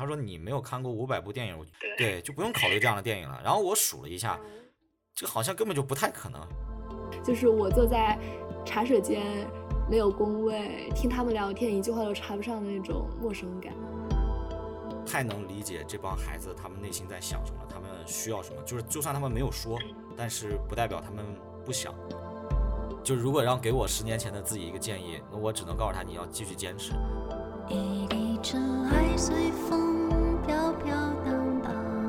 他说你没有看过500部电影，对，就不用考虑这样的电影了。然后我数了一下，这好像根本就不太可能。 就是我坐在茶水间，没有工位，听他们聊天，一句话都插不上的那种陌生感。 太能理解这帮孩子他们内心在想什么，他们需要什么。就是就算他们没有说，但是不代表他们不想。就如果让给我10年前的自己一个建议，那我只能告诉他你要继续坚持。 一粒尘埃随风飘飘荡荡，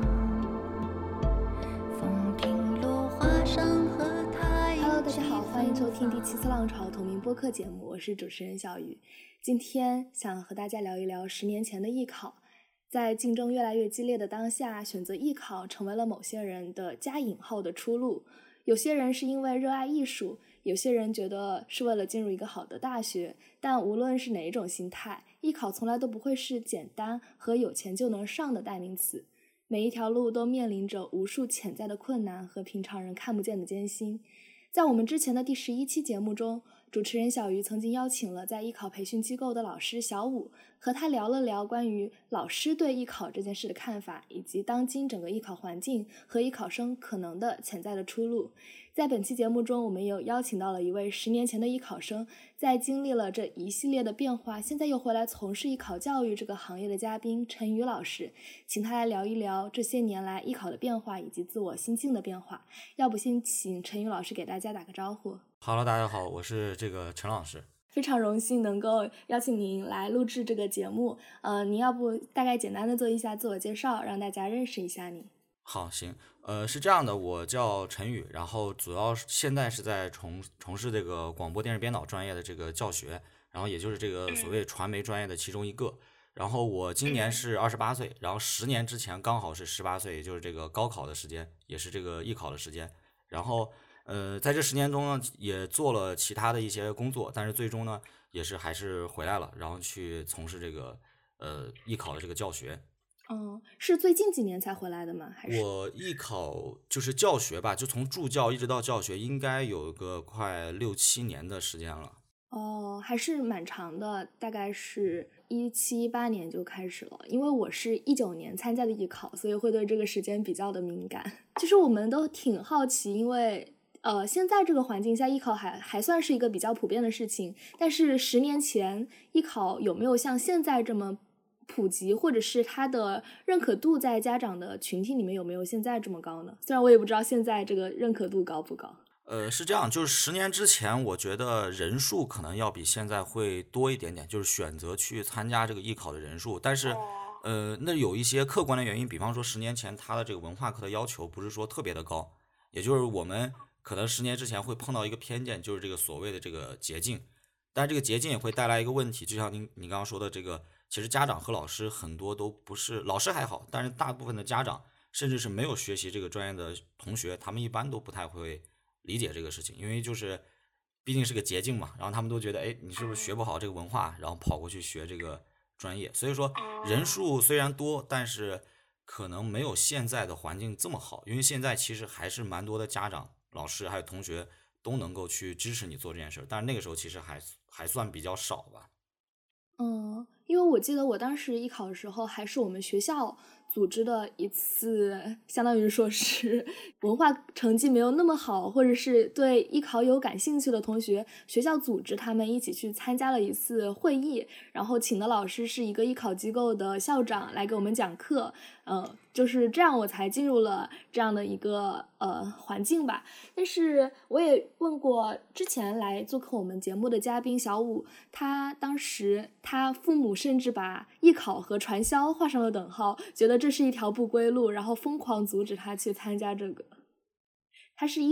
风平落花上和太阳。 Hello， 大家好，欢迎收听第7次浪潮同名播客节目，我是主持人小雨。今天想和大家聊一聊10年前的艺考。在竞争越来越激烈的当下，选择艺考成为了某些人的加引号的出路。有些人是因为热爱艺术，有些人觉得是为了进入一个好的大学，但无论是哪一种心态，艺考从来都不会是简单和有钱就能上的代名词。每一条路都面临着无数潜在的困难和平常人看不见的艰辛。在我们之前的第11期节目中，主持人小鱼曾经邀请了在艺考培训机构的老师小武，和他聊了聊关于老师对艺考这件事的看法，以及当今整个艺考环境和艺考生可能的潜在的出路。在本期节目中，我们又邀请到了一位10年前的艺考生，在经历了这一系列的变化，现在又回来从事艺考教育这个行业的嘉宾陈宇老师，请他来聊一聊这些年来艺考的变化以及自我心境的变化。要不先请陈宇老师给大家打个招呼。 Hello， 大家好，我是陈老师。 非常荣幸能够邀请您来录制这个节目。您要不大概简单的做一下自我介绍，让大家认识一下你。 好，行，是这样的，我叫陈宇，然后主要现在是在从事这个广播电视编导专业的这个教学，然后也就是这个所谓传媒专业的其中一个。然后我今年是28岁，然后10年之前刚好是18岁，也就是这个高考的时间，也是这个艺考的时间。然后在这10年中呢，也做了其他的一些工作，但是最终呢，也是还是回来了，然后去从事这个艺考的这个教学。 是最近几年才回来的吗？还是我艺考就是教学吧，就从助教一直到教学，应该有个快6、7年的时间了。 还是蛮长的，大概是17、18年就开始了。因为我是19年参加的艺考，所以会对这个时间比较的敏感。就是我们都挺好奇，因为现在这个环境下，艺考还算是一个比较普遍的事情，但是10年前艺考有没有像现在这么普及，或者是它的认可度在家长的群体里面有没有现在这么高呢？虽然我也不知道现在这个认可度高不高。 是这样，就是10年之前，我觉得人数可能要比现在会多一点点，就是选择去参加这个艺考的人数。但是，那有一些客观的原因，比方说10年前它的这个文化课的要求不是说特别的高，也就是我们可能10年之前会碰到一个偏见，就是这个所谓的这个捷径。但是这个捷径也会带来一个问题，就像你刚刚说的这个，其实家长和老师很多都不是，老师还好，但是大部分的家长，甚至是没有学习这个专业的同学，他们一般都不太会理解这个事情，因为就是毕竟是个捷径嘛，然后他们都觉得，哎，你是不是学不好这个文化，然后跑过去学这个专业。所以说人数虽然多，但是可能没有现在的环境这么好，因为现在其实还是蛮多的家长、老师还有同学都能够去支持你做这件事，但是那个时候其实还算比较少吧。 因为我记得我当时艺考的时候，还是我们学校组织的一次，相当于说是文化成绩没有那么好，或者是对艺考有感兴趣的同学，学校组织他们一起去参加了一次会议，然后请的老师是一个艺考机构的校长来给我们讲课，就是这样我才进入了这样的一个环境吧。但是我也问过之前来做客我们节目的嘉宾小武，他当时他父母甚至把艺考和传销画上了等号，觉得这是一条不归路，然后疯狂阻止他去参加这个。他是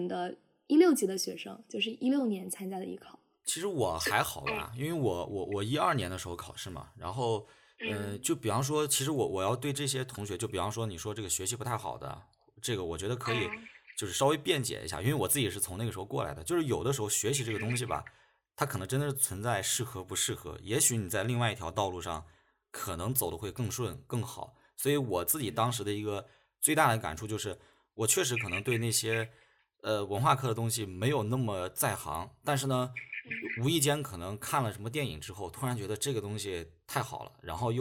16级的学生，就是16年参加的艺考。 其实我还好吧，因为我12年的时候考试嘛，然后就比方说，其实我要对这些同学，就比方说你说这个学习不太好的，这个我觉得可以就是稍微辩解一下，因为我自己是从那个时候过来的，就是有的时候学习这个东西吧，它可能真的是存在适合不适合，也许你在另外一条道路上可能走得会更顺更好。所以我自己当时的一个最大的感触就是，我确实可能对那些文化课的东西没有那么在行，但是呢无意间可能看了什么电影之后，突然觉得这个东西太好了，然后又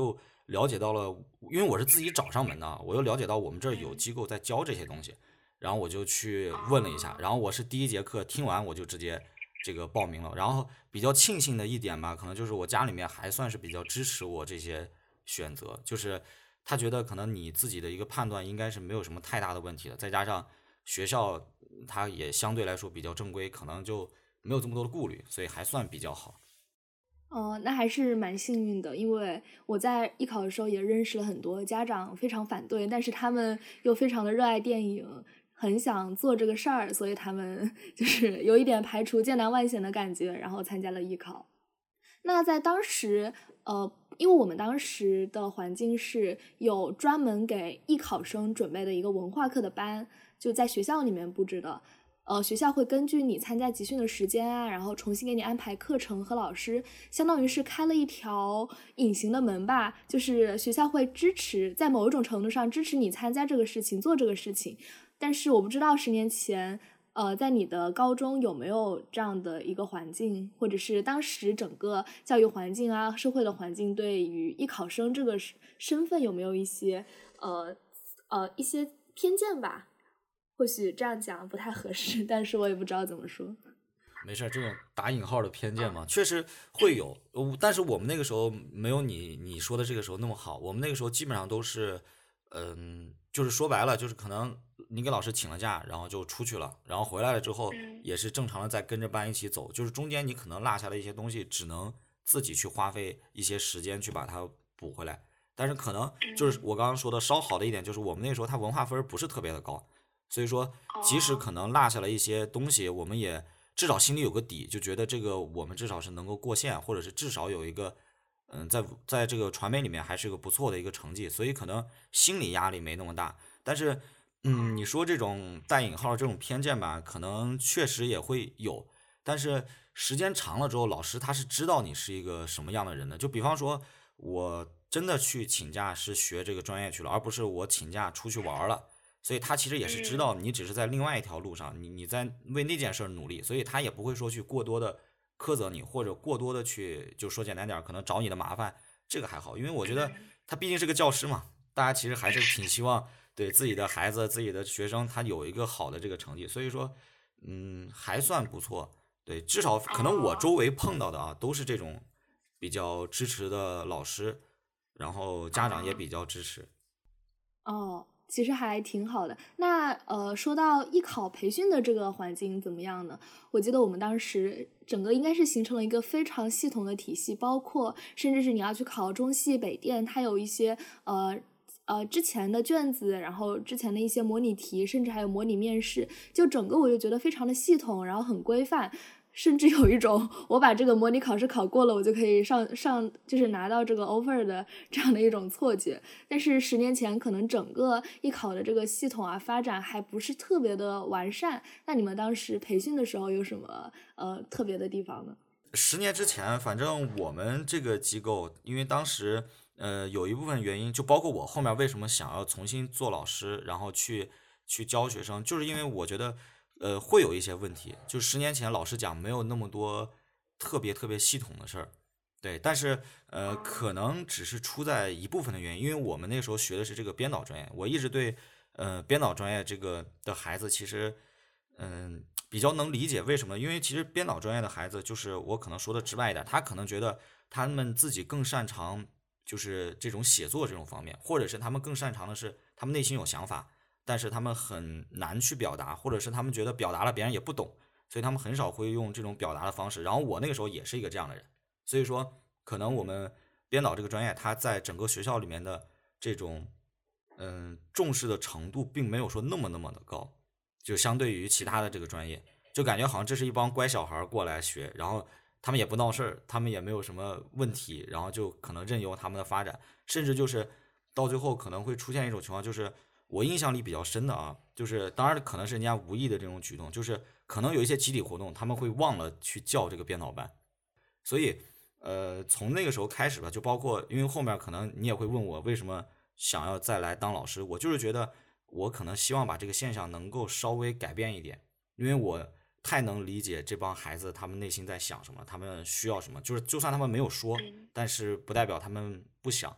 了解到了，因为我是自己找上门的，我又了解到我们这儿有机构在教这些东西，然后我就去问了一下，然后我是第一节课听完我就直接这个报名了。然后比较庆幸的一点吧，可能就是我家里面还算是比较支持我这些选择，就是他觉得可能你自己的一个判断应该是没有什么太大的问题的，再加上学校它也相对来说比较正规，可能就没有这么多的顾虑，所以还算比较好。 哦，那还是蛮幸运的，因为我在艺考的时候也认识了很多家长非常反对，但是他们又非常的热爱电影，很想做这个事儿，所以他们就是有一点排除艰难万险的感觉，然后参加了艺考。那在当时，因为我们当时的环境是有专门给艺考生准备的一个文化课的班，就在学校里面布置的。学校会根据你参加集训的时间啊，然后重新给你安排课程和老师，相当于是开了一条隐形的门吧，就是学校会支持，在某一种程度上支持你参加这个事情，做这个事情。但是我不知道10年前，在你的高中有没有这样的一个环境，或者是当时整个教育环境啊、社会的环境对于艺考生这个身份有没有一些一些偏见吧？或许这样讲不太合适，但是我也不知道怎么说。 没事，这种打引号的偏见嘛，确实会有。但是我们那个时候没有你说的这个时候那么好。我们那个时候基本上都是，就是说白了，就是可能你给老师请了假，然后就出去了，然后回来了之后也是正常的再跟着班一起走。就是中间你可能落下的一些东西，只能自己去花费一些时间去把它补回来。但是可能就是我刚刚说的稍好的一点，就是我们那个时候它文化分不是特别的高。所以说，即使可能落下了一些东西，我们也至少心里有个底，就觉得这个我们至少是能够过线，或者是至少有一个，在这个传媒里面还是一个不错的一个成绩，所以可能心理压力没那么大。但是，你说这种带引号这种偏见吧，可能确实也会有，但是时间长了之后，老师他是知道你是一个什么样的人的。就比方说，我真的去请假是学这个专业去了，而不是我请假出去玩了。所以他其实也是知道你只是在另外一条路上，你在为那件事努力，所以他也不会说去过多的苛责你，或者过多的去就说简单点可能找你的麻烦，这个还好，因为我觉得他毕竟是个教师嘛，大家其实还是挺希望对自己的孩子、自己的学生他有一个好的这个成绩，所以说还算不错，对，至少可能我周围碰到的啊都是这种比较支持的老师，然后家长也比较支持。 哦，其实还挺好的。那说到艺考培训的这个环境怎么样呢？我记得我们当时整个应该是形成了一个非常系统的体系，包括甚至是你要去考中戏、北电，它有一些之前的卷子，然后之前的一些模拟题，甚至还有模拟面试，就整个我就觉得非常的系统，然后很规范。甚至有一种我把这个模拟考试考过了，我就可以上就是拿到这个 offer 的这样的一种错觉。但是10年前可能整个艺考的这个系统啊发展还不是特别的完善。那你们当时培训的时候有什么特别的地方呢 10年之前，反正我们这个机构，因为当时有一部分原因，就包括我后面为什么想要重新做老师，然后去教学生，就是因为我觉得会有一些问题。就10年前老实讲没有那么多特别系统的事儿，对，但是可能只是出在一部分的原因，因为我们那时候学的是这个编导专业，我一直对编导专业这个的孩子其实比较能理解为什么，因为其实编导专业的孩子，就是我可能说的直白一点，他可能觉得他们自己更擅长就是这种写作这种方面，或者是他们更擅长的是他们内心有想法，但是他们很难去表达，或者是他们觉得表达了别人也不懂，所以他们很少会用这种表达的方式。然后我那个时候也是一个这样的人，所以说可能我们编导这个专业，它在整个学校里面的这种重视的程度，并没有说那么的高。就相对于其他的这个专业，就感觉好像这是一帮乖小孩过来学，然后他们也不闹事儿，他们也没有什么问题，然后就可能任由他们的发展，甚至就是到最后可能会出现一种情况，就是我印象里比较深的啊，就是当然可能是人家无意的这种举动，就是可能有一些集体活动，他们会忘了去叫这个编导班，所以从那个时候开始吧，就包括因为后面可能你也会问我为什么想要再来当老师，我就是觉得我可能希望把这个现象能够稍微改变一点，因为我太能理解这帮孩子他们内心在想什么，他们需要什么，就是就算他们没有说，但是不代表他们不想，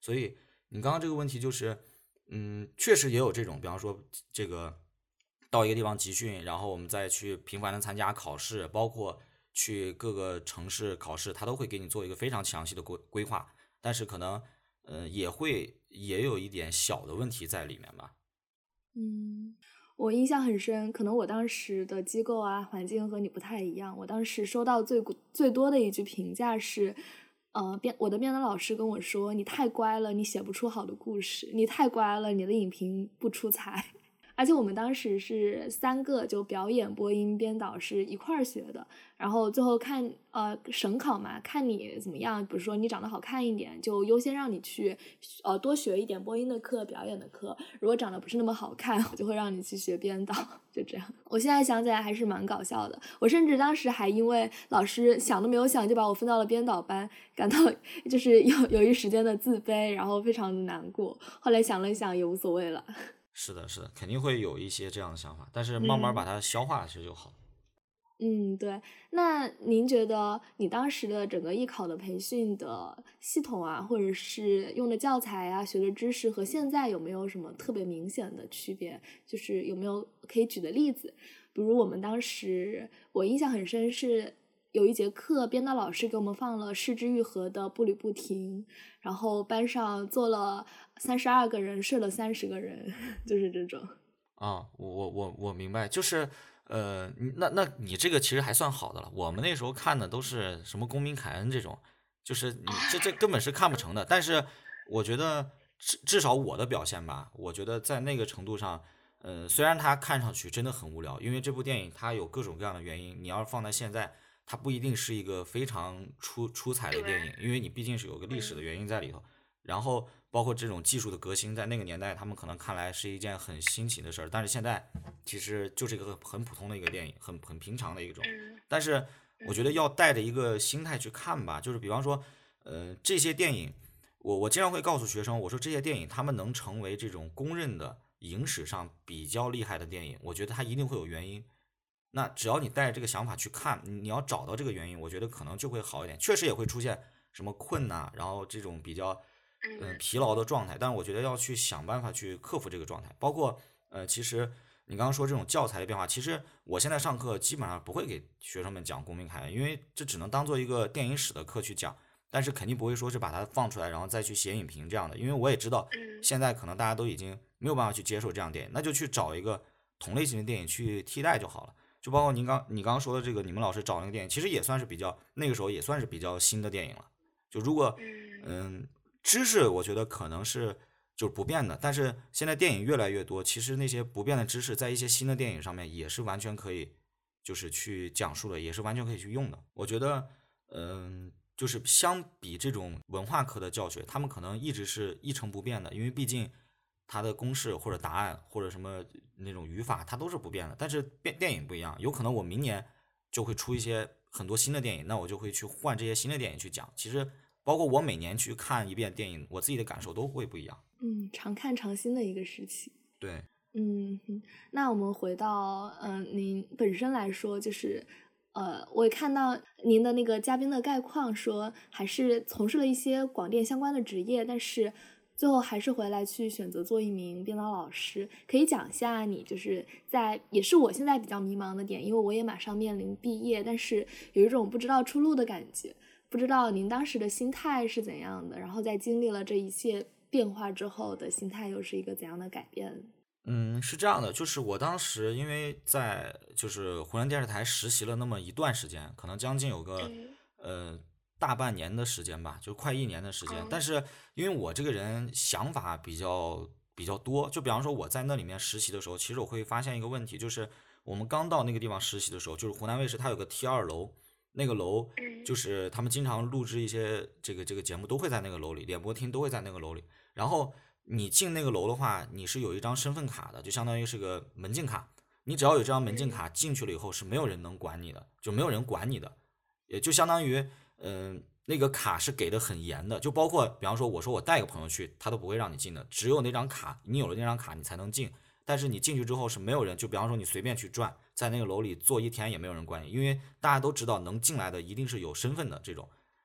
所以你刚刚这个问题就是，确实也有这种，比方说这个到一个地方集训，然后我们再去频繁的参加考试，包括去各个城市考试，他都会给你做一个非常详细的规划，但是可能也有一点小的问题在里面吧。 我印象很深，可能我当时的机构啊环境和你不太一样。我当时收到最多的一句评价是，我的编导老师跟我说：“你太乖了，你写不出好的故事；你太乖了，你的影评不出彩。”而且我们当时是3个，就表演、播音、编导是一块儿学的，然后最后看省考嘛，看你怎么样，比如说你长得好看一点，就优先让你去多学一点播音的课、表演的课；如果长得不是那么好看，我就会让你去学编导，就这样。我现在想起来还是蛮搞笑的，我甚至当时还因为老师想都没有想就把我分到了编导班，感到就是有一时间的自卑，然后非常的难过。后来想了一想也无所谓了。 是的，是的，肯定会有一些这样的想法，但是慢慢把它消化其实就好。 对。那您觉得你当时的整个艺考的培训的系统啊，或者是用的教材啊、学的知识和现在有没有什么特别明显的区别？就是有没有可以举的例子？比如我们当时，我印象很深是有一节课，编导老师给我们放了失之愈合的步履不停，然后班上坐了32个人，睡了30个人，就是这种。 啊，我明白，就是那你这个其实还算好的了。我们那时候看的都是什么公民凯恩这种，就是你这根本是看不成的。但是我觉得至少我的表现吧，我觉得在那个程度上，虽然它看上去真的很无聊，因为这部电影它有各种各样的原因，你要是放在现在，它不一定是一个非常出彩的电影，因为你毕竟是有个历史的原因在里头。然后包括这种技术的革新，在那个年代他们可能看来是一件很新奇的事儿，但是现在其实就是一个很普通的一个电影，很平常的一种。但是我觉得要带着一个心态去看吧，就是比方说，这些电影，我经常会告诉学生，我说这些电影他们能成为这种公认的影史上比较厉害的电影，我觉得它一定会有原因。那只要你带着这个想法去看，你要找到这个原因，我觉得可能就会好一点。确实也会出现什么困难，然后这种比较疲劳的状态，但是我觉得要去想办法去克服这个状态。包括其实你刚刚说这种教材的变化，其实我现在上课基本上不会给学生们讲公民凯恩，因为这只能当做一个电影史的课去讲，但是肯定不会说是把它放出来然后再去写影评这样的，因为我也知道现在可能大家都已经没有办法去接受这样的电影，那就去找一个同类型的电影去替代就好了。就包括你刚刚说的这个，你们老师找那个电影，其实也算是比较那个时候也算是比较新的电影了。就如果知识，我觉得可能是就是不变的，但是现在电影越来越多，其实那些不变的知识，在一些新的电影上面也是完全可以就是去讲述的，也是完全可以去用的。我觉得，就是相比这种文化课的教学，他们可能一直是一成不变的，因为毕竟它的公式或者答案或者什么那种语法，它都是不变的。但是电影不一样，有可能我明年就会出一些很多新的电影，那我就会去换这些新的电影去讲。其实包括我每年去看一遍电影，我自己的感受都会不一样。 常看常新的一个时期。 对， 那我们回到您本身来说，就是我也看到您的那个嘉宾的概况说，还是从事了一些广电相关的职业，但是最后还是回来去选择做一名编导老师。可以讲一下你就是也是我现在比较迷茫的点，因为我也马上面临毕业，但是有一种不知道出路的感觉，不知道您当时的心态是怎样的，然后在经历了这一切变化之后的心态又是一个怎样的改变？ 是这样的，就是我当时因为在就是湖南电视台实习了那么一段时间，可能将近有个大半年的时间吧，就快1年的时间。但是因为我这个人想法比较多，就比方说我在那里面实习的时候，其实我会发现一个问题，就是我们刚到那个地方实习的时候，就是湖南卫视它有个 T2楼，那个楼就是他们经常录制一些这个节目都会在那个楼里，演播厅都会在那个楼里。然后你进那个楼的话，你是有一张身份卡的，就相当于是个门禁卡。你只要有这张门禁卡进去了以后，是没有人能管你的，就没有人管你的，也就相当于那个卡是给的很严的，就包括比方说我说我带个朋友去，他都不会让你进的，只有那张卡，你有了那张卡你才能进。但是你进去之后是没有人，就比方说你随便去转，在那个楼里坐1天也没有人管你，因为大家都知道能进来的一定是有身份的这种。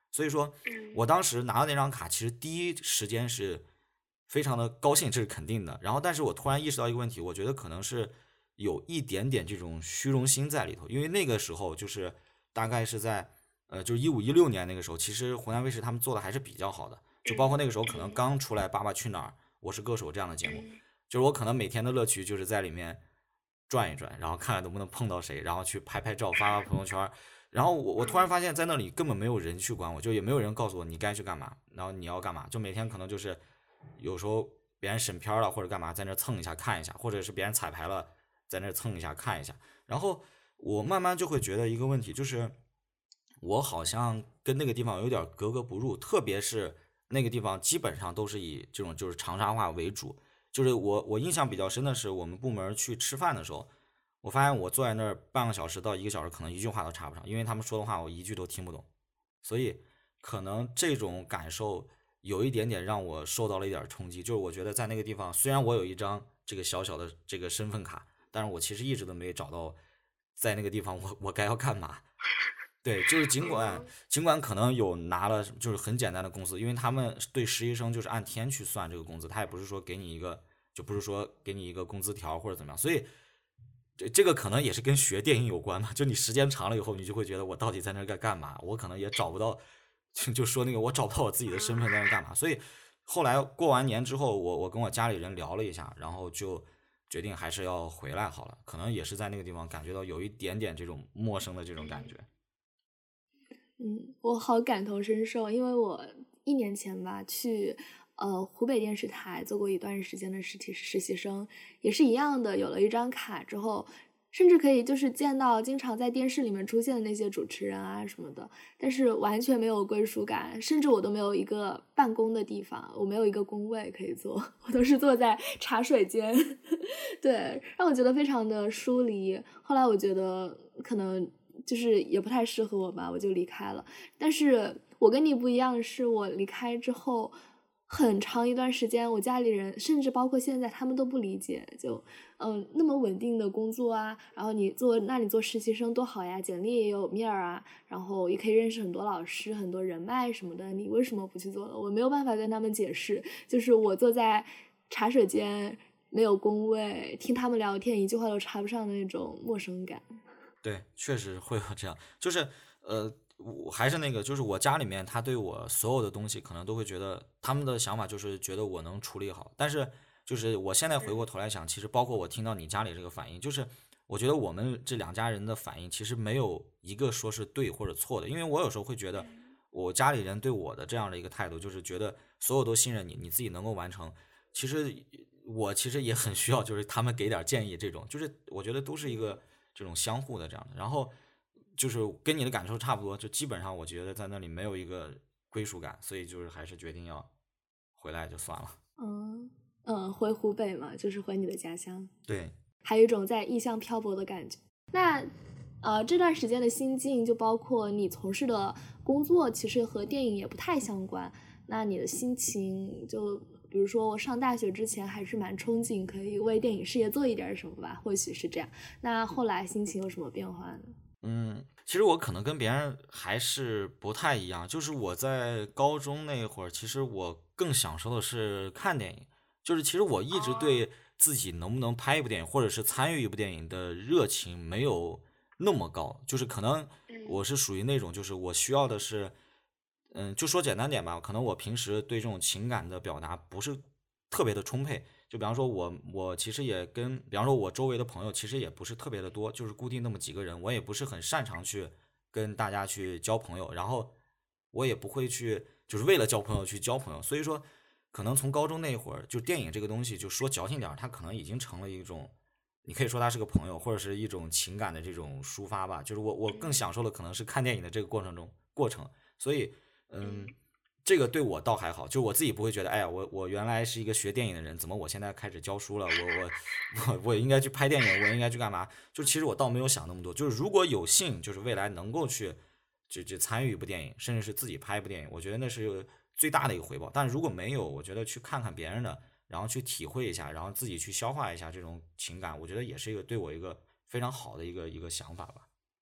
所以说我当时拿到那张卡，其实第一时间是非常的高兴，这是肯定的。然后但是我突然意识到一个问题，我觉得可能是有一点点这种虚荣心在里头，因为那个时候就是大概是在就是15、16年那个时候，其实湖南卫视他们做的还是比较好的，就包括那个时候可能刚出来《爸爸去哪儿》《我是歌手》这样的节目，就是我可能每天的乐趣就是在里面转一转，然后看看能不能碰到谁，然后去拍拍照发朋友圈。然后我突然发现，在那里根本没有人去管我，就也没有人告诉我你该去干嘛，然后你要干嘛，就每天可能就是有时候别人审片了或者干嘛，在那蹭一下看一下，或者是别人彩排了，在那蹭一下看一下。然后我慢慢就会觉得一个问题，就是我好像跟那个地方有点格格不入，特别是那个地方基本上都是以这种就是长沙话为主。就是我印象比较深的是，我们部门去吃饭的时候，我发现我坐在那儿半个小时到1个小时，可能一句话都插不上，因为他们说的话我一句都听不懂。所以可能这种感受有一点点让我受到了一点冲击。就是我觉得在那个地方，虽然我有一张这个小小的这个身份卡，但是我其实一直都没找到在那个地方我该要干嘛。对，就是尽管可能有拿了就是很简单的工资，因为他们对实习生就是按天去算这个工资，他也不是说给你一个，就不是说给你一个工资条或者怎么样，所以这个可能也是跟学电影有关嘛，就你时间长了以后，你就会觉得我到底在那该干嘛，我可能也找不到，就说那个我找不到我自己的身份在那干嘛，所以后来过完年之后，我跟我家里人聊了一下，然后就决定还是要回来好了，可能也是在那个地方感觉到有一点点这种陌生的这种感觉。 我好感同身受，因为我1年前吧去湖北电视台做过一段时间的实习生，也是一样的，有了一张卡之后，甚至可以就是见到经常在电视里面出现的那些主持人啊什么的，但是完全没有归属感，甚至我都没有一个办公的地方，我没有一个工位可以坐，我都是坐在茶水间，对，让我觉得非常的疏离。后来我觉得可能就是也不太适合我吧，我就离开了。但是我跟你不一样的是，我离开之后很长一段时间，我家里人甚至包括现在他们都不理解，就那么稳定的工作啊，然后你做实习生多好呀，简历也有面儿啊，然后也可以认识很多老师、很多人脉什么的，你为什么不去做了？我没有办法跟他们解释，就是我坐在茶水间没有工位，听他们聊天一句话都插不上的那种陌生感。 对，确实会有这样，就是我还是那个，就是我家里面他对我所有的东西可能都会觉得他们的想法就是觉得我能处理好，但是就是我现在回过头来想，其实包括我听到你家里这个反应，就是我觉得我们这两家人的反应其实没有一个说是对或者错的，因为我有时候会觉得我家里人对我的这样的一个态度，就是觉得所有都信任你，你自己能够完成。其实我其实也很需要，就是他们给点建议，这种就是我觉得都是一个这种相互的这样的。然后就是跟你的感受差不多，就基本上我觉得在那里没有一个归属感，所以就是还是决定要回来就算了。 回湖北嘛，就是回你的家乡。 对， 还有一种在异乡漂泊的感觉。那这段时间的心境就包括你从事的工作其实和电影也不太相关，那你的心情就比如说我上大学之前还是蛮憧憬可以为电影事业做一点什么吧，或许是这样。那后来心情有什么变化呢？ 其实我可能跟别人还是不太一样，就是我在高中那会儿，其实我更享受的是看电影，就是其实我一直对自己能不能拍一部电影，或者是参与一部电影的热情没有那么高，就是可能我是属于那种，就是我需要的是，就说简单点吧，可能我平时对这种情感的表达不是特别的充沛。就比方说我其实也跟，比方说我周围的朋友其实也不是特别的多，就是固定那么几个人，我也不是很擅长去跟大家去交朋友，然后我也不会去就是为了交朋友去交朋友，所以说可能从高中那会儿，就电影这个东西，就说矫情点儿，它可能已经成了一种，你可以说它是个朋友，或者是一种情感的这种抒发吧。就是我更享受的可能是看电影的这个过程，所以这个对我倒还好，就我自己不会觉得，哎呀，我原来是一个学电影的人，怎么我现在开始教书了？我应该去拍电影，我应该去干嘛？就其实我倒没有想那么多，就是如果有幸，就是未来能够去就参与一部电影，甚至是自己拍一部电影，我觉得那是最大的一个回报。但是如果没有，我觉得去看看别人的，然后去体会一下，然后自己去消化一下这种情感，我觉得也是一个对我一个非常好的一个想法吧。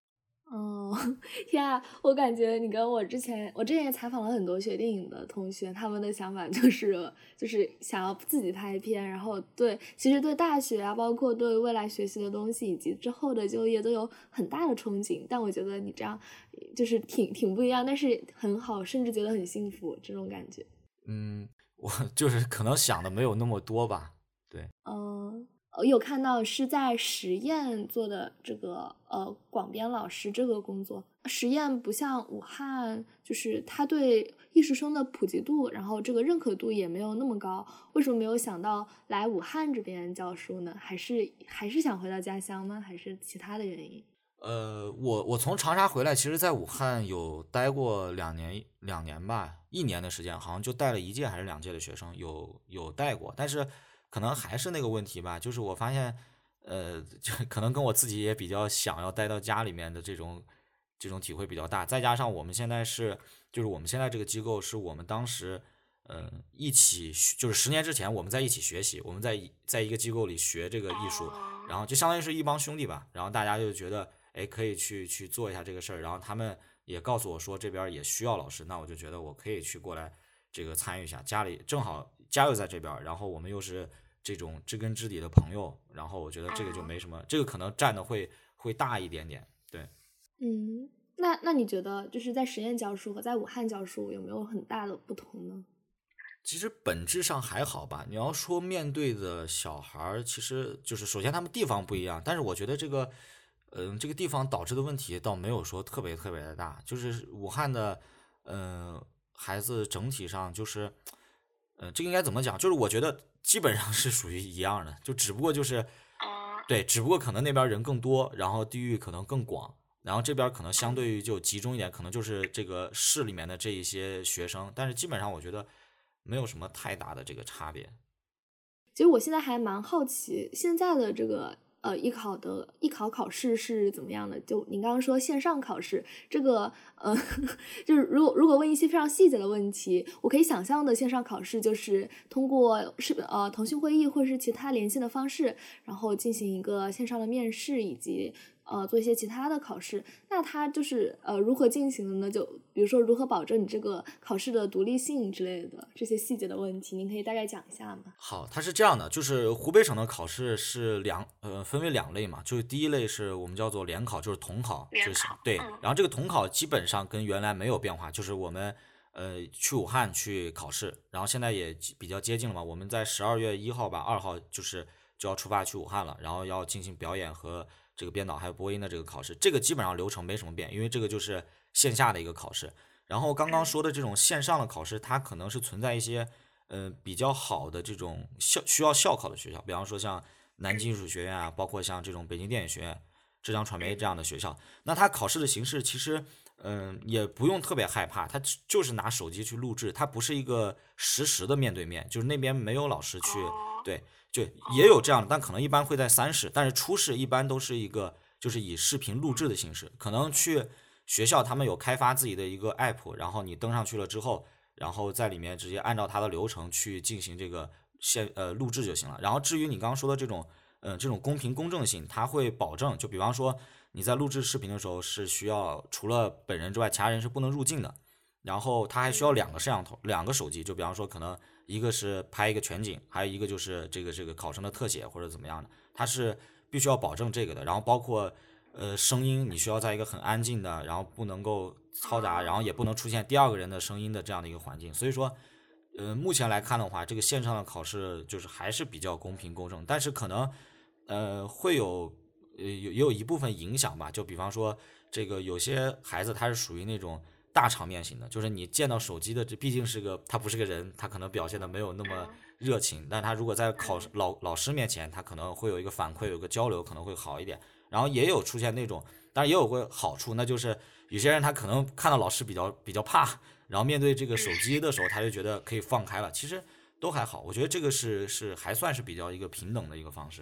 哦，天啊！我感觉你跟我之前也采访了很多学电影的同学，他们的想法就是想要自己拍片，然后其实对大学啊，包括对未来学习的东西以及之后的就业都有很大的憧憬。但我觉得你这样就是挺不一样，但是很好，甚至觉得很幸福这种感觉。 我就是可能想的没有那么多吧。对， 有看到是在实验做的这个广编老师这个工作，实验不像武汉，就是他对艺术生的普及度，然后这个认可度也没有那么高。为什么没有想到来武汉这边教书呢？还是想回到家乡吗？还是其他的原因？ 我从长沙回来，其实在武汉有待过两年吧，1年的时间，好像就带了1届还是2届的学生，有带过，但是可能还是那个问题吧，就是我发现，就可能跟我自己也比较想要待到家里面的这种体会比较大，再加上我们现在就是我们现在这个机构是我们当时，一起就是10年之前我们在一起学习，我们在一个机构里学这个艺术，然后就相当于是一帮兄弟吧，然后大家就觉得。哎，可以去做一下这个事儿，然后他们也告诉我说这边也需要老师，那我就觉得我可以去过来这个参与一下。家里正好家又在这边，然后我们又是这种知根知底的朋友，然后我觉得这个就没什么，这个可能占的会大一点点。对， 那你觉得就是在实验教书和在武汉教书有没有很大的不同呢？ 其实本质上还好吧。你要说面对的小孩，其实就是首先他们地方不一样，但是我觉得这个地方导致的问题倒没有说特别特别的大，就是武汉的孩子整体上就是，这个应该怎么讲？就是我觉得基本上是属于一样的，就只不过就是对，只不过可能那边人更多，然后地域可能更广，然后这边可能相对于就集中一点，可能就是这个市里面的这一些学生，但是基本上我觉得没有什么太大的这个差别。 其实我现在还蛮好奇，现在的这个艺考考试是怎么样的？就你刚刚说线上考试，这个就是如果问一些非常细节的问题，我可以想象的线上考试就是通过腾讯会议或者是其他连线的方式，然后进行一个线上的面试以及做一些其他的考试。那它就是如何进行的呢？就比如说如何保证你这个考试的独立性之类的这些细节的问题，您可以大概讲一下吗？ 好，它是这样的，就是湖北省的考试是分为2类嘛，就是第一类是我们叫做联考，就是统考，就是对，然后这个统考基本上跟原来没有变化，就是我们去武汉去考试，然后现在也比较接近了嘛，我们在12月1号吧，2号就要出发去武汉了，然后要进行表演和这个编导还有播音的这个考试，这个基本上流程没什么变，因为这个就是线下的一个考试。然后刚刚说的这种线上的考试，它可能是存在一些比较好的这种需要校考的学校，比方说像南京艺术学院啊，包括像这种北京电影学院、浙江传媒这样的学校，那它考试的形式其实也不用特别害怕，它就是拿手机去录制，它不是一个实时的面对面，就是那边没有老师去对。就也有这样的，但可能一般会在3试，但是初试一般都是一个就是以视频录制的形式，可能去学校他们有开发自己的一个 app，然后你登上去了之后，然后在里面直接按照它的流程去进行这个录制就行了。然后至于你刚刚说的这种公平公正性，它会保证，就比方说你在录制视频的时候是需要除了本人之外，其他人是不能入镜的。然后它还需要2个摄像头、2个手机，就比方说可能一个是拍一个全景，还有一个就是这个考生的特写或者怎么样的，它是必须要保证这个的。然后包括声音，你需要在一个很安静的，然后不能够嘈杂，然后也不能出现第2个人的声音的这样的一个环境。所以说，目前来看的话，这个线上的考试就是还是比较公平公正，但是可能会也有一部分影响吧。就比方说这个有些孩子他是属于那种大场面型的，就是你见到手机的，这毕竟他不是个人，他可能表现的没有那么热情，但他如果在老师面前，他可能会有一个反馈，有一个交流，可能会好一点。然后也有出现那种，当然也有个好处，那就是有些人他可能看到老师比较怕，然后面对这个手机的时候，他就觉得可以放开了，其实都还好。我觉得这个是还算是比较一个平等的一个方式。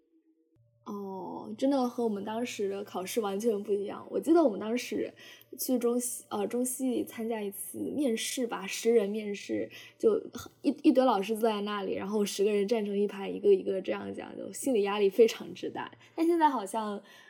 真的和我们当时的考试完全不一样。我记得我们当时去中戏参加一次面试吧，10人面试，就一堆老师坐在那里，然后10个人站成一排，一个一个这样讲，就心理压力非常之大。但现在好像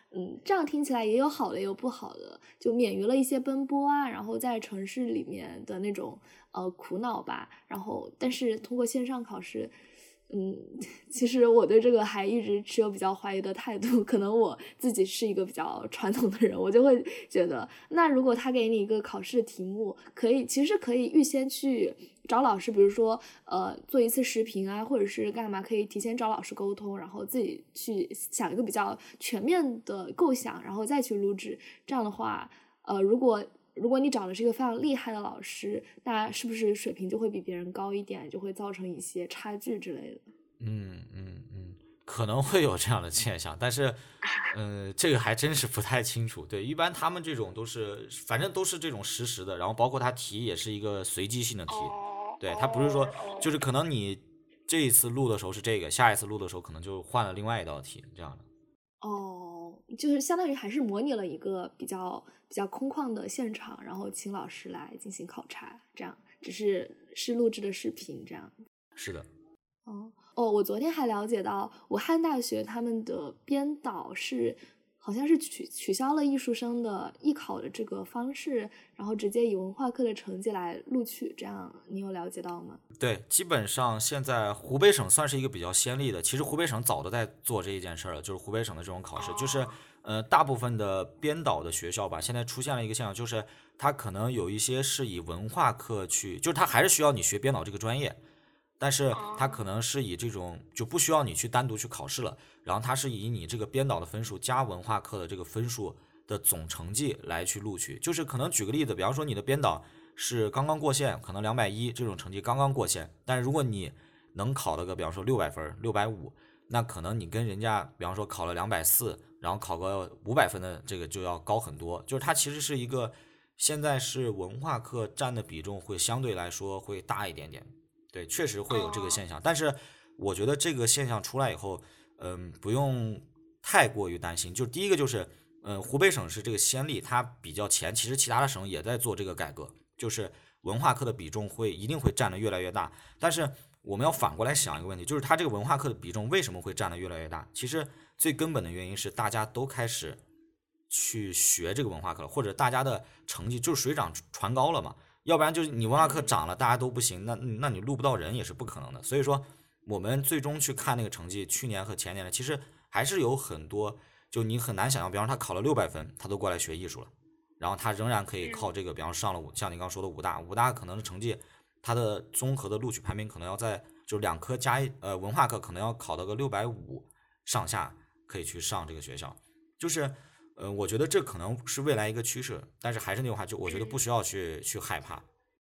这样听起来也有好的也有不好的，就免于了一些奔波啊，然后在城市里面的那种苦恼吧。然后但是通过线上考试，其实我对这个还一直持有比较怀疑的态度。可能我自己是一个比较传统的人，我就会觉得，那如果他给你一个考试的题目，其实可以预先去找老师，比如说做一次视频啊，或者是干嘛，可以提前找老师沟通，然后自己去想一个比较全面的构想，然后再去录制。这样的话，如果你找的是一个非常厉害的老师，那是不是水平就会比别人高一点，就会造成一些差距之类的？ 可能会有这样的现象，但是这个还真是不太清楚。对，一般他们这种都是反正都是这种实时的，然后包括他题也是一个随机性的题。对，他不是说就是可能你这一次录的时候是这个，下一次录的时候可能就换了另外一道题这样的。 就是相当于还是模拟了一个比较空旷的现场，然后请老师来进行考察，这样只是录制的视频这样。 是的。 我昨天还了解到武汉大学他们的编导好像是取消了艺术生的艺考的这个方式，然后直接以文化课的成绩来录取，这样你有了解到吗？ 对，基本上现在湖北省算是一个比较先例的，其实湖北省早都在做这一件事了，就是湖北省的这种考试，就是大部分的编导的学校吧，现在出现了一个现象，就是它可能有一些是以文化课去，就是它还是需要你学编导这个专业，但是它可能是以这种就不需要你去单独去考试了，然后它是以你这个编导的分数加文化课的这个分数的总成绩来去录取。就是可能举个例子，比方说你的编导是刚刚过线，可能210这种成绩刚刚过线，但是如果你能考了个比方说600分650，那可能你跟人家比方说考了240，然后考个500分的这个就要高很多。就是它其实是一个现在是文化课占的比重会相对来说会大一点点。对，确实会有这个现象，但是我觉得这个现象出来以后，不用太过于担心。就第一个就是，湖北省是这个先例，它比较前，其实其他的省也在做这个改革，就是文化课的比重一定会占得越来越大。但是我们要反过来想一个问题，就是它这个文化课的比重为什么会占得越来越大？其实最根本的原因是大家都开始去学这个文化课了，或者大家的成绩就是水涨船高了嘛。要不然就是你文化课涨了，大家都不行，那你录不到人也是不可能的。所以说，我们最终去看那个成绩，去年和前年的，其实还是有很多，就你很难想象，比方说他考了600分，他都过来学艺术了，然后他仍然可以靠这个，比方上了像你刚说的武大可能的成绩，他的综合的录取排名可能要在就2科加文化课可能要考到个650上下，可以去上这个学校，就是。我觉得这可能是未来一个趋势，但是还是那句话，就我觉得不需要去害怕。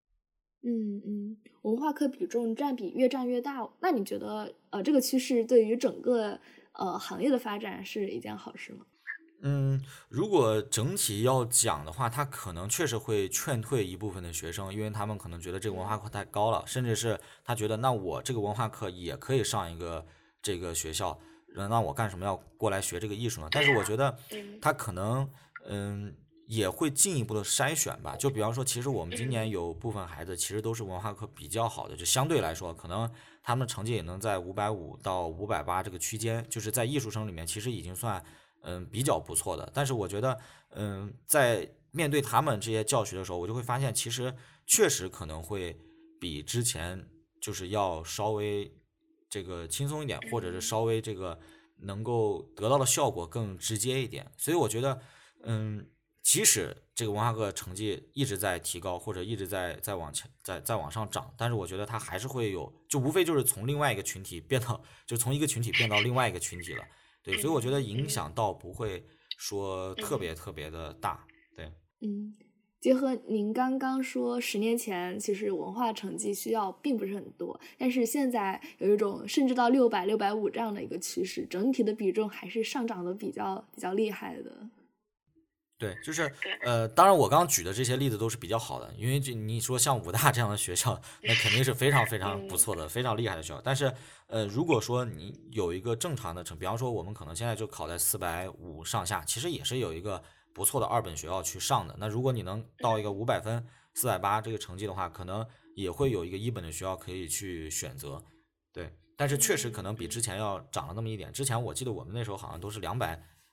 文化课比重占比越占越大，那你觉得这个趋势对于整个行业的发展是一件好事吗？ 如果整体要讲的话，它可能确实会劝退一部分的学生，因为他们可能觉得这个文化课太高了，甚至是他觉得那我这个文化课也可以上一个这个学校。那我干什么要过来学这个艺术呢？但是我觉得他可能也会进一步的筛选吧。就比方说，其实我们今年有部分孩子其实都是文化课比较好的，就相对来说，可能他们的成绩也能在550到580这个区间，就是在艺术生里面其实已经算比较不错的。但是我觉得在面对他们这些教学的时候，我就会发现，其实确实可能会比之前就是要稍微这个轻松一点，或者是稍微这个能够得到的效果更直接一点。所以我觉得即使这个文化课成绩一直在提高，或者一直在往上涨，但是我觉得它还是会有，就无非就是从另外一个群体变到，就从一个群体变到另外一个群体了。对，所以我觉得影响倒不会说特别特别的大。对， 结合您刚刚说10年前其实文化成绩需要并不是很多，但是现在有一种甚至到600、650这样的一个趋势，整体的比重还是上涨的比较厉害的。 对，就是当然我刚刚举的这些例子都是比较好的，因为你说像武大这样的学校，那肯定是非常非常不错的、非常厉害的学校。但是如果说你有一个正常的比方说我们可能现在就考在450上下，其实也是有一个不错的2本学校去上的。那如果你能到一个500分、480这个成绩的话，可能也会有一个1本的学校可以去选择。对，但是确实可能比之前要涨了那么一点。之前我记得我们那时候好像都是200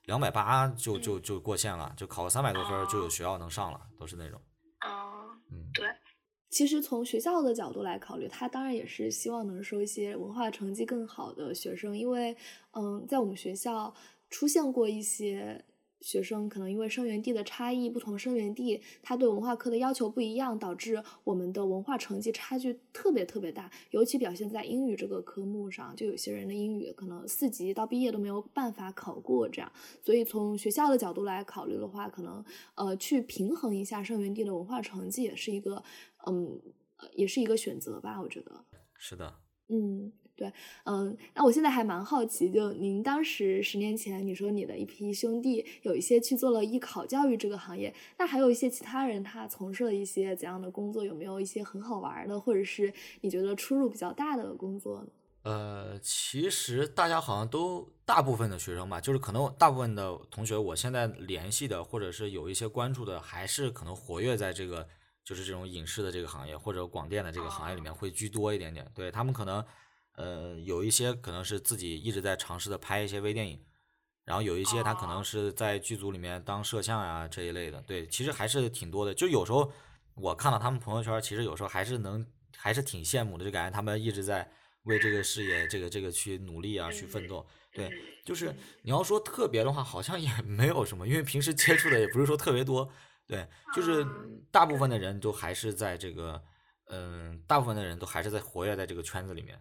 280就过线了，就考个300多分就有学校能上了，都是那种。 对。其实从学校的角度来考虑，他当然也是希望能收一些文化成绩更好的学生，因为在我们学校出现过一些学生可能因为生源地的差异，不同生源地他对文化课的要求不一样，导致我们的文化成绩差距特别特别大，尤其表现在英语这个科目上，就有些人的英语可能4级到毕业都没有办法考过这样。所以从学校的角度来考虑的话，可能去平衡一下生源地的文化成绩也是一个也是一个选择吧，我觉得。 是的。 对，那我现在还蛮好奇，就您当时10年前，你说你的一批兄弟有一些去做了艺考教育这个行业，那还有一些其他人他从事了一些怎样的工作？有没有一些很好玩的，或者是你觉得出入比较大的工作呢？ 其实大家好像大部分的学生吧，就是可能大部分的同学，我现在联系的或者是有一些关注的，还是可能活跃在这个就是这种影视的这个行业或者广电的这个行业里面会居多一点点。对，他们可能有一些可能是自己一直在尝试的拍一些微电影，然后有一些他可能是在剧组里面当摄像呀这一类的。对，其实还是挺多的。就有时候我看到他们朋友圈，其实有时候还是挺羡慕的，就感觉他们一直在为这个事业这个去努力啊，去奋斗。对，就是你要说特别的话，好像也没有什么，因为平时接触的也不是说特别多。对，就是大部分的人都还是在这个，大部分的人都还是在活跃在这个圈子里面。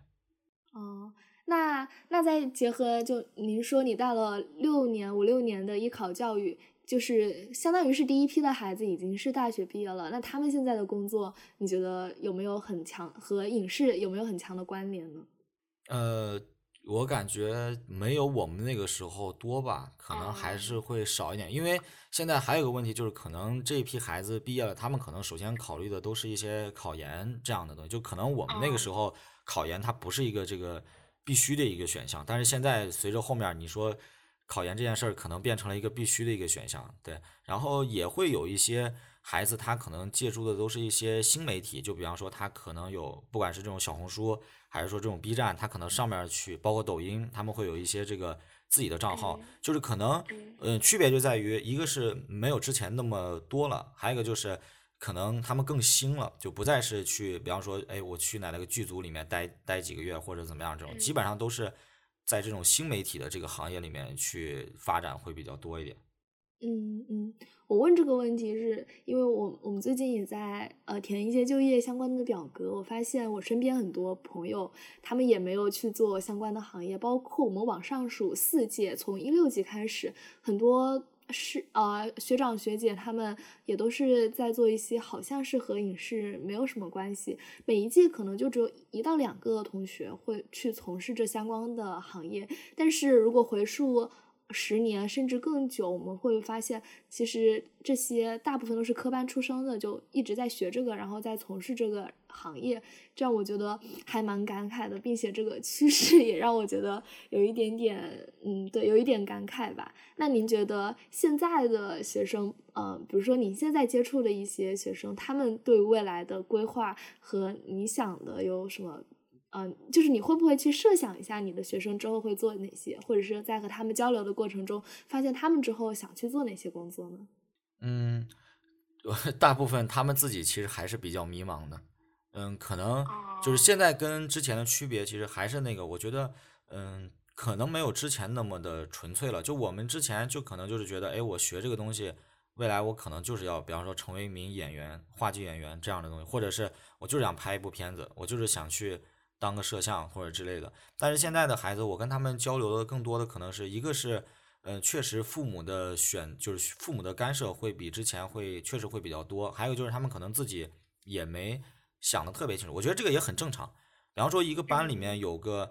那再结合，就您说你带了5、6年的艺考教育，就是相当于是第一批的孩子已经是大学毕业了，那他们现在的工作，你觉得有没有很强和影视有没有很强的关联呢？ 我感觉没有我们那个时候多吧，可能还是会少一点。因为现在还有个问题就是，可能这一批孩子毕业了，他们可能首先考虑的都是一些考研这样的东西，就可能我们那个时候考研它不是一个这个必须的一个选项，但是现在随着后面你说考研这件事儿可能变成了一个必须的一个选项。对，然后也会有一些孩子他可能借助的都是一些新媒体，就比方说他可能有不管是这种小红书还是说这种 B 站，他可能上面去包括抖音，他们会有一些这个自己的账号，就是可能区别就在于一个是没有之前那么多了，还有一个就是可能他们更新了，就不再是去比方说我去哪个剧组里面待几个月或者怎么样，这种基本上都是在这种新媒体的这个行业里面去发展会比较多一点。 我问这个问题是因为我们最近也在填一些就业相关的表格，我发现我身边很多朋友他们也没有去做相关的行业，包括我们往上数4届，从16级开始，很多学长学姐他们也都是在做一些好像是和影视没有什么关系，每一季可能就只有1到2个同学会去从事这相关的行业，但是如果回溯10年甚至更久，我们会发现其实这些大部分都是科班出身的，就一直在学这个，然后再从事这个行业，这样我觉得还蛮感慨的，并且这个趋势也让我觉得有一点点对，有一点感慨吧。那您觉得现在的学生比如说你现在接触的一些学生，他们对未来的规划和你想的有什么就是你会不会去设想一下你的学生之后会做哪些，或者是在和他们交流的过程中发现他们之后想去做哪些工作呢？ 大部分他们自己其实还是比较迷茫的。可能就是现在跟之前的区别，其实还是那个，我觉得可能没有之前那么的纯粹了。就我们之前就可能就是觉得，我学这个东西，未来我可能就是要，比方说成为一名演员、话剧演员这样的东西，或者是我就是想拍一部片子，我就是想去当个摄像或者之类的。但是现在的孩子，我跟他们交流的更多的可能是一个是，确实父母的就是父母的干涉会比之前确实会比较多，还有就是他们可能自己也没想的特别清楚，我觉得这个也很正常。比方说一个班里面有个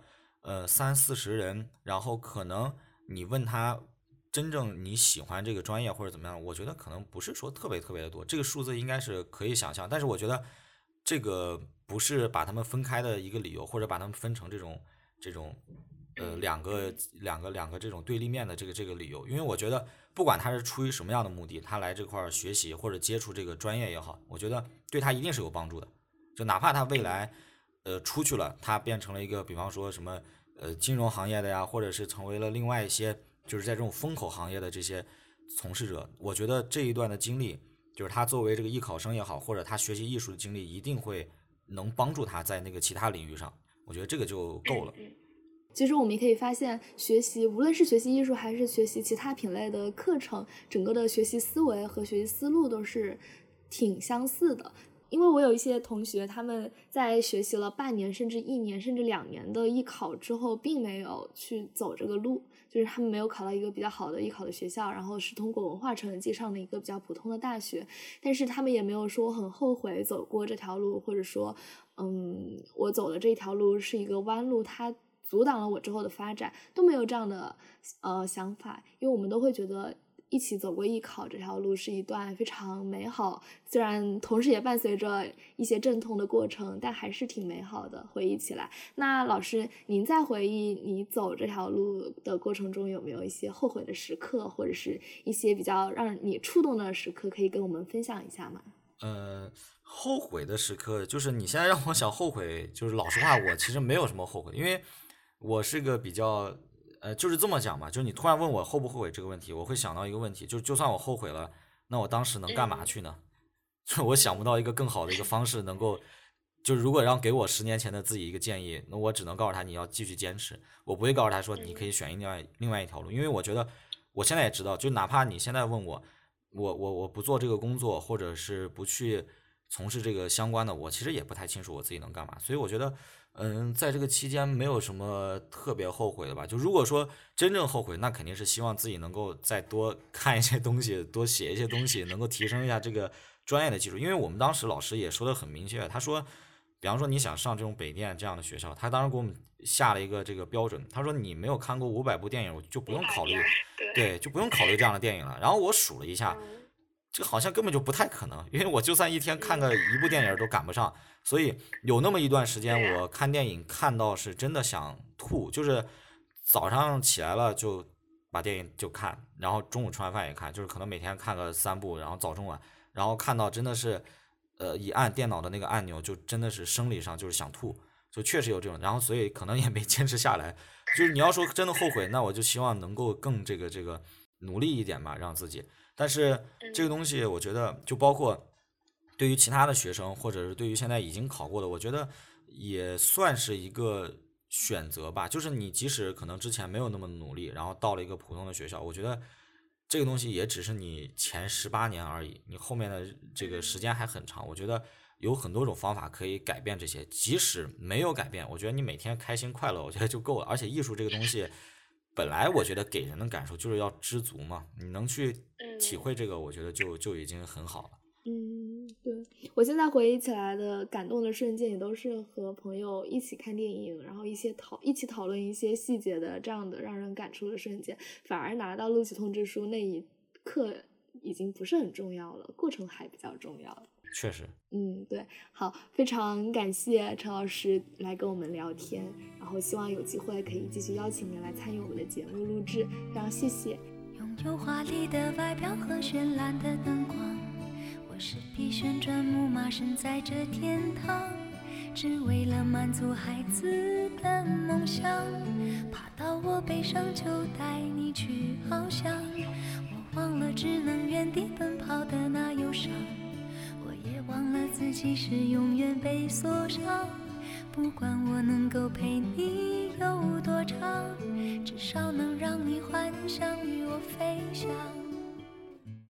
30-40人，然后可能你问他真正你喜欢这个专业或者怎么样，我觉得可能不是说特别特别的多，这个数字应该是可以想象，但是我觉得这个不是把他们分开的一个理由，或者把他们分成这种两个这种对立面的这个理由。因为我觉得不管他是出于什么样的目的，他来这块学习或者接触这个专业也好，我觉得对他一定是有帮助的。就哪怕他未来出去了，他变成了一个比方说什么金融行业的呀，或者是成为了另外一些就是在这种风口行业的这些从事者，我觉得这一段的经历，就是他作为这个艺考生也好，或者他学习艺术的经历，一定会能帮助他在那个其他领域上，我觉得这个就够了。 其实我们也可以发现，学习无论是学习艺术还是学习其他品类的课程，整个的学习思维和学习思路都是挺相似的。因为我有一些同学，他们在学习了半年甚至1年甚至2年的艺考之后，并没有去走这个路，就是他们没有考到一个比较好的艺考的学校，然后是通过文化成绩上的一个比较普通的大学，但是他们也没有说很后悔走过这条路，或者说我走的这条路是一个弯路，它阻挡了我之后的发展，都没有这样的想法。因为我们都会觉得一起走过艺考这条路是一段非常美好，虽然同时也伴随着一些阵痛的过程，但还是挺美好的，回忆起来。那老师，您在回忆你走这条路的过程中，有没有一些后悔的时刻，或者是一些比较让你触动的时刻，可以跟我们分享一下吗？ 后悔的时刻，就是你现在让我想后悔，就是老实话，我其实没有什么后悔，因为我是个比较就是这么讲吧，就是你突然问我后不后悔这个问题，我会想到一个问题，就算我后悔了，那我当时能干嘛去呢？就我想不到一个更好的一个方式能够，就是如果让给我10年前的自己一个建议，那我只能告诉他你要继续坚持，我不会告诉他说你可以选另外一条路，因为我觉得我现在也知道，就哪怕你现在问我不做这个工作，或者是不去从事这个相关的，我其实也不太清楚我自己能干嘛，所以我觉得在这个期间没有什么特别后悔的吧。就如果说真正后悔，那肯定是希望自己能够再多看一些东西，多写一些东西，能够提升一下这个专业的技术。因为我们当时老师也说的很明确，他说，比方说你想上这种北电这样的学校，他当时给我们下了一个这个标准，他说你没有看过500部电影，就不用考虑，对，就不用考虑这样的电影了。然后我数了一下。这好像根本就不太可能，因为我就算一天看个1部电影都赶不上，所以有那么一段时间我看电影看到是真的想吐，就是早上起来了就把电影就看，然后中午吃完饭也看，就是可能每天看个3部，然后早中晚，然后看到真的是一按电脑的那个按钮就真的是生理上就是想吐，就确实有这种，然后所以可能也没坚持下来。就是你要说真的后悔，那我就希望能够更这个努力一点吧，让自己。但是这个东西我觉得就包括对于其他的学生，或者是对于现在已经考过的，我觉得也算是一个选择吧。就是你即使可能之前没有那么努力，然后到了一个普通的学校，我觉得这个东西也只是你前18年而已，你后面的这个时间还很长。我觉得有很多种方法可以改变这些，即使没有改变，我觉得你每天开心快乐，我觉得就够了。而且艺术这个东西本来我觉得给人的感受就是要知足嘛，你能去体会这个，我觉得就已经很好了。 对，我现在回忆起来的感动的瞬间，也都是和朋友一起看电影，然后一起讨论一些细节的这样的让人感触的瞬间，反而拿到录取通知书那一刻已经不是很重要了，过程还比较重要。 确实， 对，好，非常感谢陈老师来跟我们聊天，然后希望有机会可以继续邀请您来参与我们的节目录制，非常谢谢。 拥有华丽的外表和绚烂的灯光，我是匹旋转木马，身在这天堂，只为了满足孩子的梦想，爬到我背上就带你去翱翔，我忘了只能原地奔跑的那忧伤，我也忘了自己是永远被锁上，不管我能够陪你有多长，至少能让你幻想与我飞翔。